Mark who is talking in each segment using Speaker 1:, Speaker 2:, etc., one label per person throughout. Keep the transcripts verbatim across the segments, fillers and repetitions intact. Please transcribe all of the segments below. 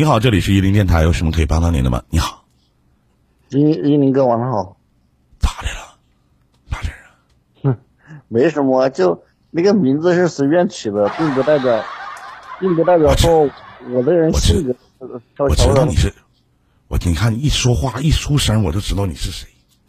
Speaker 1: 你好，这里是一零电台，有什么可以帮到您的吗？你好，
Speaker 2: 一一林哥晚上好。
Speaker 1: 咋的了？啥事啊？
Speaker 2: 哼，没什么，就那个名字是随便起的，并不代表，并不代表说我的人性格悄悄的。
Speaker 1: 我知道你是，我你看你一说话一出声，我就知道你是谁。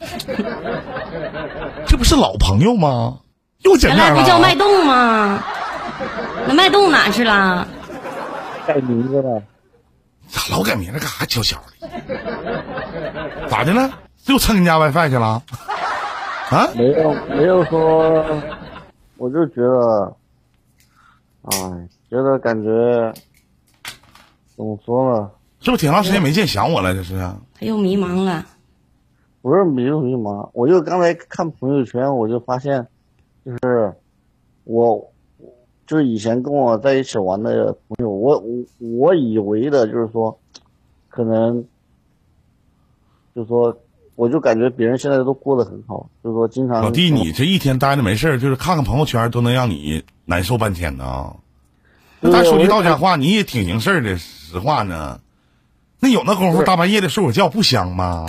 Speaker 1: 这不是老朋友吗？又见面了。
Speaker 3: 原来不叫脉动吗？那脉动哪去了？
Speaker 2: 改名字了。
Speaker 1: 咋老改名了？干啥悄悄的？咋的了？又蹭人家 WiFi 去了？啊？
Speaker 2: 没有没有说，我就觉得，哎，觉得感觉怎么说呢？
Speaker 1: 是不是挺长时间没见想我了？这是？
Speaker 3: 他又迷茫了。
Speaker 2: 不是迷不迷茫，我就刚才看朋友圈，我就发现，就是我，就是以前跟我在一起玩的朋友，我我我以为的就是说，可能，就是说，我就感觉别人现在都过得很好，就是说经常。
Speaker 1: 老弟，你这一天待着没事就是看看朋友圈都能让你难受半天呢。咱说句到家话，你也挺行事的，实话呢。那有那功夫大半夜的睡会觉不香吗？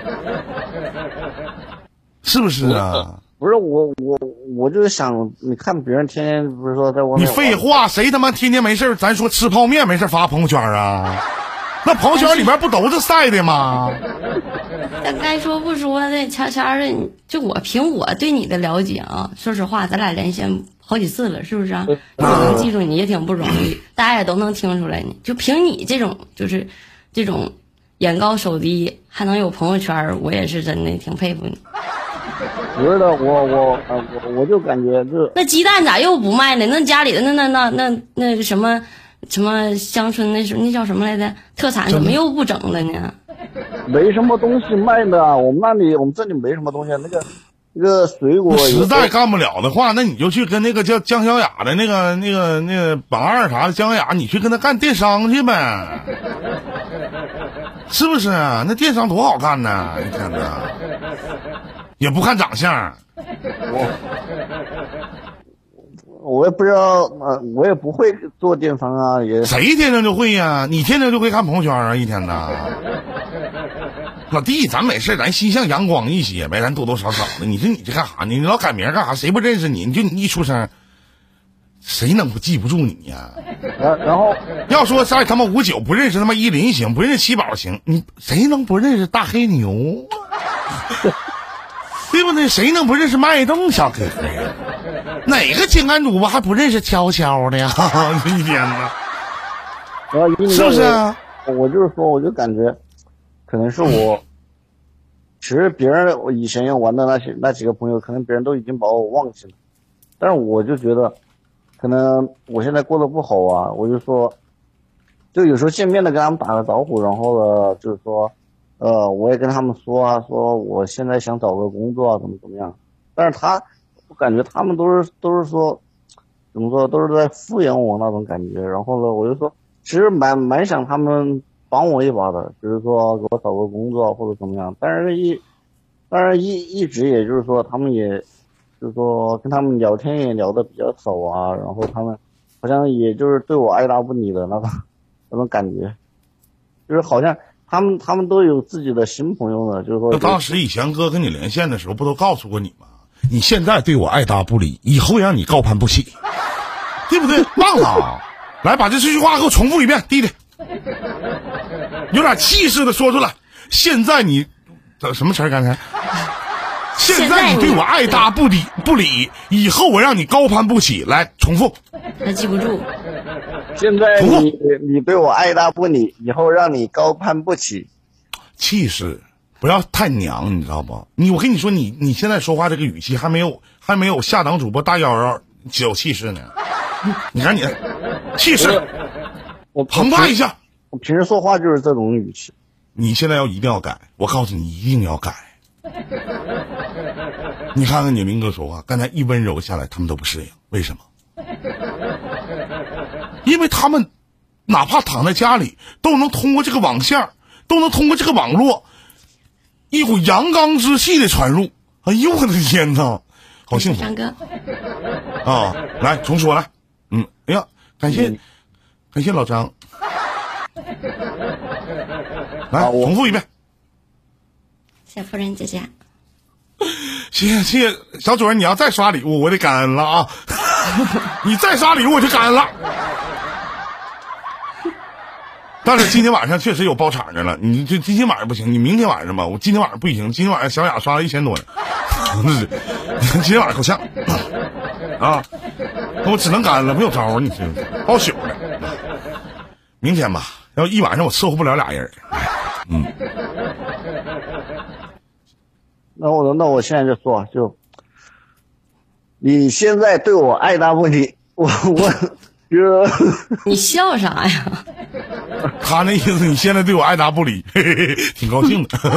Speaker 1: 是不是啊？
Speaker 2: 不是我我我就是想，你看别人天天不是说在外面。
Speaker 1: 你废话，谁他妈天天没事咱说吃泡面没事发朋友圈啊？那朋友圈里边不都是晒的吗？
Speaker 3: 但该说不说的，悄悄的，就我凭我对你的了解啊，说实话，咱俩连线好几次了，是不是啊？我能记住你也挺不容易，大家也都能听出来你。就凭你这种，就是这种眼高手低，还能有朋友圈，我也是真的挺佩服你。
Speaker 2: 不是的，我我啊我我就感觉就
Speaker 3: 那鸡蛋咋又不卖呢？那家里的那那那那那什么什么乡村那什那叫什么来着？特产怎么又不整了呢？
Speaker 2: 没什么东西卖的，我们那里我们这里没什么东西，那个那个水果。
Speaker 1: 实在干不了的话，那你就去跟那个叫姜小雅的那个那个那个榜二啥的姜小雅，你去跟他干电商去呗，是不是啊？那电商多好干呢，一天呐。也不看长相，
Speaker 2: 我我也不知道，呃，我也不会做电商啊，也
Speaker 1: 谁天天就会呀、啊？你天天就会看朋友圈啊，一天呐。老弟，咱没事，咱心向阳光一些呗，咱多多少少的。你说你这干啥呢？你老改名干啥？谁不认识你？你就你一出声，谁能不记不住你呀、
Speaker 2: 啊？然后
Speaker 1: 要说在他妈五九不认识他妈依林行，不认识七宝行，你谁能不认识大黑牛？对不对？谁能不认识脉动小哥哥呀？哪个情感主播还不认识悄悄的呀？一天呐，是不是啊？
Speaker 2: 我, 我就是说，我就感觉，可能是我，其实别人我以前要玩的那些那几个朋友，可能别人都已经把我忘记了，但是我就觉得，可能我现在过得不好啊，我就说，就有时候见面的跟他们打个招呼，然后呢，就是说。呃，我也跟他们说啊，说我现在想找个工作啊，怎么怎么样。但是他，我感觉他们都是都是说，怎么说，都是在敷衍我那种感觉。然后呢，我就说，其实蛮蛮想他们帮我一把的，比如说给我找个工作或者怎么样。但是一，但是一一直也就是说，他们也，就是说跟他们聊天也聊得比较少啊。然后他们好像也就是对我爱答不理的那种那种感觉，就是好像。他们他们都有自己的新朋友呢，就是说。
Speaker 1: 当时以前哥跟你连线的时候，不都告诉过你吗？你现在对我爱答不理，以后让你高攀不起，对不对？忘了？来，把这这句话给我重复一遍，弟弟，有点气势的说出来。现在你，什么词儿？刚才？现在你对我爱答不理不理，以后我让你高攀不起。来，重复。
Speaker 3: 他记不住。
Speaker 2: 现在你你对我爱答不理，以后让你高攀不起。
Speaker 1: 气势不要太娘，你知道不？你我跟你说，你你现在说话这个语气还没有还没有下档主播大幺幺有气势呢。你看你气势，
Speaker 2: 我
Speaker 1: 澎湃一下。
Speaker 2: 我平时说话就是这种语气。
Speaker 1: 你现在要一定要改，我告诉你一定要改。你看看你林哥说话，刚才一温柔下来，他们都不适应，为什么？因为他们哪怕躺在家里，都能通过这个网线，都能通过这个网络，一股阳刚之气的传入。哎呦我的天哪，好幸福！
Speaker 3: 张哥
Speaker 1: 啊，来重说来，嗯，哎呀，感谢、嗯、感谢老张。 来，重复一遍。
Speaker 3: 谢夫人姐姐，
Speaker 1: 谢谢谢谢小主人，你要再刷礼物，我得感恩了啊！你再刷礼物我就感恩了。但是今天晚上确实有包场的了，你就今天晚上不行，你明天晚上吧，我今天晚上不行，今天晚上小雅刷了一千多呢，今天晚上够呛啊！我只能感恩了，没有招，你这包宿的。明天吧，要一晚上我伺候不了俩人。嗯。
Speaker 2: 那我那我现在就说，就你现在对我爱答不理，我我就
Speaker 3: 你笑啥呀？
Speaker 1: 他那意思，你现在对我爱答不理，嘿嘿嘿，挺高兴的。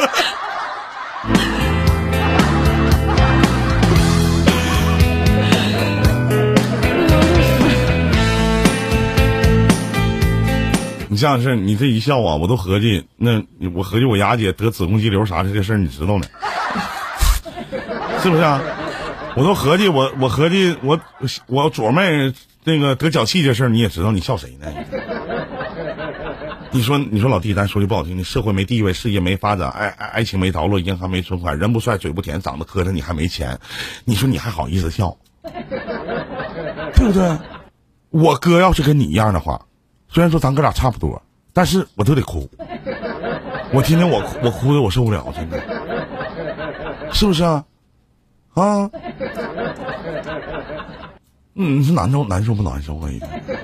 Speaker 1: 你这样式，你这一笑啊，我都合计，那我合计我雅姐得子宫肌瘤啥这个事儿，你知道呢？是不是啊？我都合计，我我合计，我我左妹那个得脚气这事儿，你也知道，你笑谁呢？你说你说老弟，咱说句不好听的，社会没地位，事业没发展，爱爱爱情没着落，银行没存款，人不帅嘴不甜，长得磕碜，你还没钱，你说你还好意思笑，对不对？我哥要是跟你一样的话，虽然说咱哥俩差不多，但是我都得哭，我天天我我哭的我受不了，真的，是不是啊？啊，嗯，你是难受难受不难受啊？已经，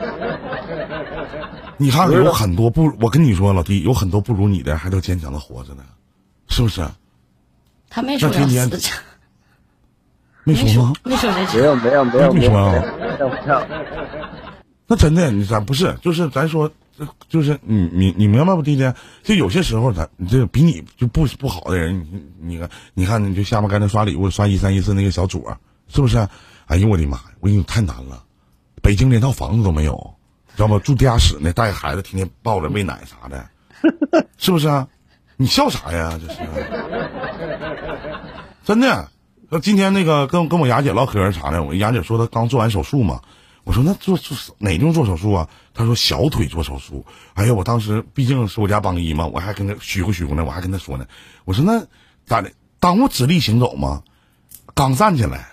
Speaker 1: 你看有很多不，我跟你说老弟，有很多不如你的还都坚强的活着呢，是不是？
Speaker 3: 他没说要死去，
Speaker 1: 没说吗？
Speaker 3: 没说这
Speaker 2: 没有没有没有
Speaker 1: 没说啊。
Speaker 2: 没有
Speaker 1: 那真的，你咱不是，就是咱说，就是你你你明白不，弟弟？就有些时候咱你这比你就不不好的人，你你看你看你就下面刚才刷礼物刷一三一四那个小左，是不是？哎呦我的妈！我跟你说太难了，北京连套房子都没有，知道吗？住地下室呢，带孩子天天抱着喂奶啥的，是不是啊？你笑啥呀？这是真的。今天那个跟跟我雅姐唠嗑啥的，我雅姐说她刚做完手术嘛。我说那做做哪地方做手术啊？他说小腿做手术。哎呀，我当时毕竟是我家帮一嘛，我还跟他虚乎虚乎呢，我还跟他说呢。我说那咋的？耽误直立行走吗？刚站起来。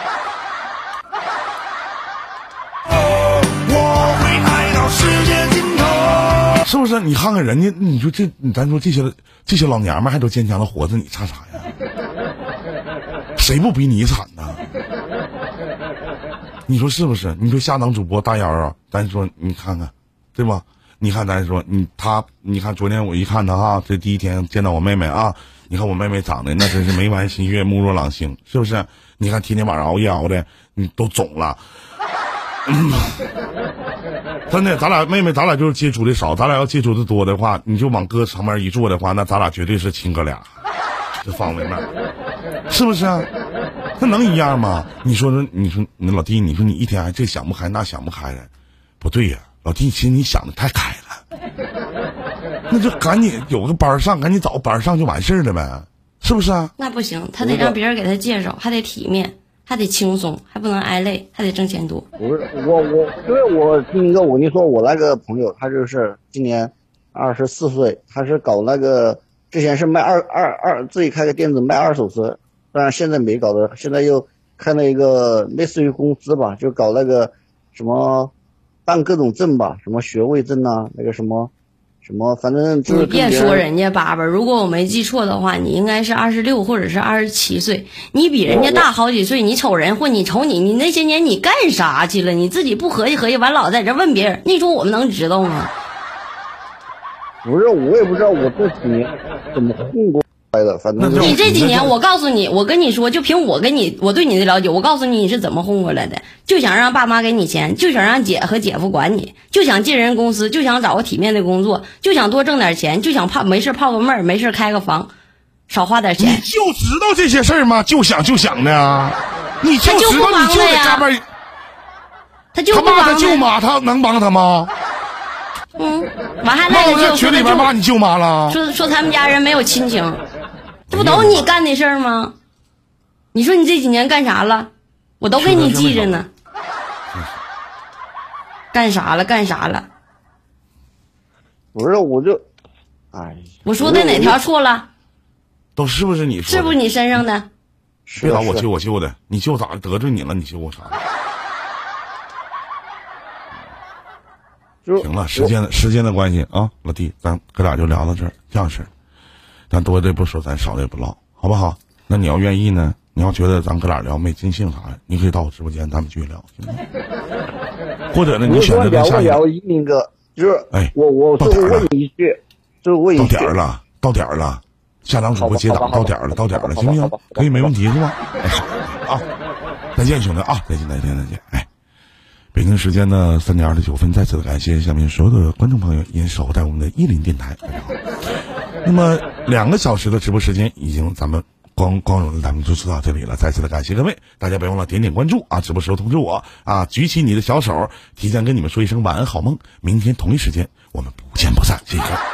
Speaker 1: 我会爱到世界尽头。是不是？你看看人家，你说这，咱说这些这些老娘们还都坚强的活着，你差啥呀？谁不比你惨呢？你说是不是？你说下档主播大姚啊，咱说你看看，对吧？你看咱说你他，你看昨天我一看他啊，这第一天见到我妹妹啊，你看我妹妹长得那真是眉弯新月，目若朗星，是不是？你看天天晚上熬夜熬的，你都肿了。嗯、真的，咱俩妹妹，咱俩就是接触的少，咱俩要接触的多的话，你就往哥旁边一坐的话，那咱俩绝对是亲哥俩，这方位面，是不是啊？那能一样吗？你说说，你说你老弟，你说你一天还这想不开那想不开的，不对呀、啊，老弟，其实你想的太开了，那就赶紧有个班上，赶紧找班上就完事儿了呗，是不是啊？
Speaker 3: 那不行，他得让别人给他介绍，还得体面，还得轻松，还不能挨累，还得挣钱多。
Speaker 2: 不是我我，因为我听一个，我跟你说，我那个朋友，他就是今年二十四岁，他是搞那个，之前是卖二二二，自己开个店子卖二手车。当然现在没搞的，现在又开了一个类似于公司吧，就搞那个什么办各种证吧，什么学位证啊，那个什么什么，反正就是
Speaker 3: 你别说人家爸爸，如果我没记错的话，你应该是二十六或者是二十七岁，你比人家大好几岁，你瞅人或你瞅你，你那些年你干啥去了？你自己不合计合计，完老在这问别人，你说我们能知道吗？
Speaker 2: 不是，我也不知道我这几年怎么混过来的，反正
Speaker 3: 你这几年，我告诉你，我跟你说，就凭我跟你我对你的了解，我告诉你你是怎么混过来的，就想让爸妈给你钱，就想让姐和姐夫管你，就想进人公司，就想找个体面的工作，就想多挣点钱，就想泡没事泡个妹儿，没事开个房，少花点钱。
Speaker 1: 你就知道这些事儿吗？就想就想的啊！你就知道你就在家边，
Speaker 3: 他就
Speaker 1: 他骂他舅妈，他能帮他吗？
Speaker 3: 嗯，完还那个
Speaker 1: 在群里边骂你舅妈了，
Speaker 3: 说说他们家人没有亲情，这不都你干的事儿吗？你说你这几年干啥了？我都给你记着呢。干啥了？干啥了？
Speaker 2: 不是，我就，哎，
Speaker 3: 我说的哪条错了？
Speaker 1: 都是不是你说的？
Speaker 3: 是不是你身上的？
Speaker 1: 别老我舅我舅的，你舅咋得罪你了？你舅我啥？行了，时间的时间的关系啊，老弟，咱哥俩就聊到这儿，这样式儿，咱多的也不说，咱少的也不唠，好不好？那你要愿意呢，你要觉得咱哥俩聊没尽兴啥的，你可以到我直播间，咱们继续聊，行吗？或者呢，你选择跟下一
Speaker 2: 聊一鸣哥，就是
Speaker 1: 哎，
Speaker 2: 我我最后问你一句，最后问一句，
Speaker 1: 到点儿了，到点儿了，下档主播接档，到点儿了，到点儿了，行不行？可以，没问题是吧？哎，好啊，再见，兄弟啊，再见，再见，再见，哎。北京时间的三点二十九分，再次的感谢下面所有的观众朋友也守在我们的伊林电台。那么两个小时的直播时间已经咱们光光荣的咱们就知道这里了，再次的感谢各位，大家别忘了点点关注啊！直播时候通知我啊，举起你的小手，提前跟你们说一声晚安好梦，明天同一时间我们不见不散，谢谢。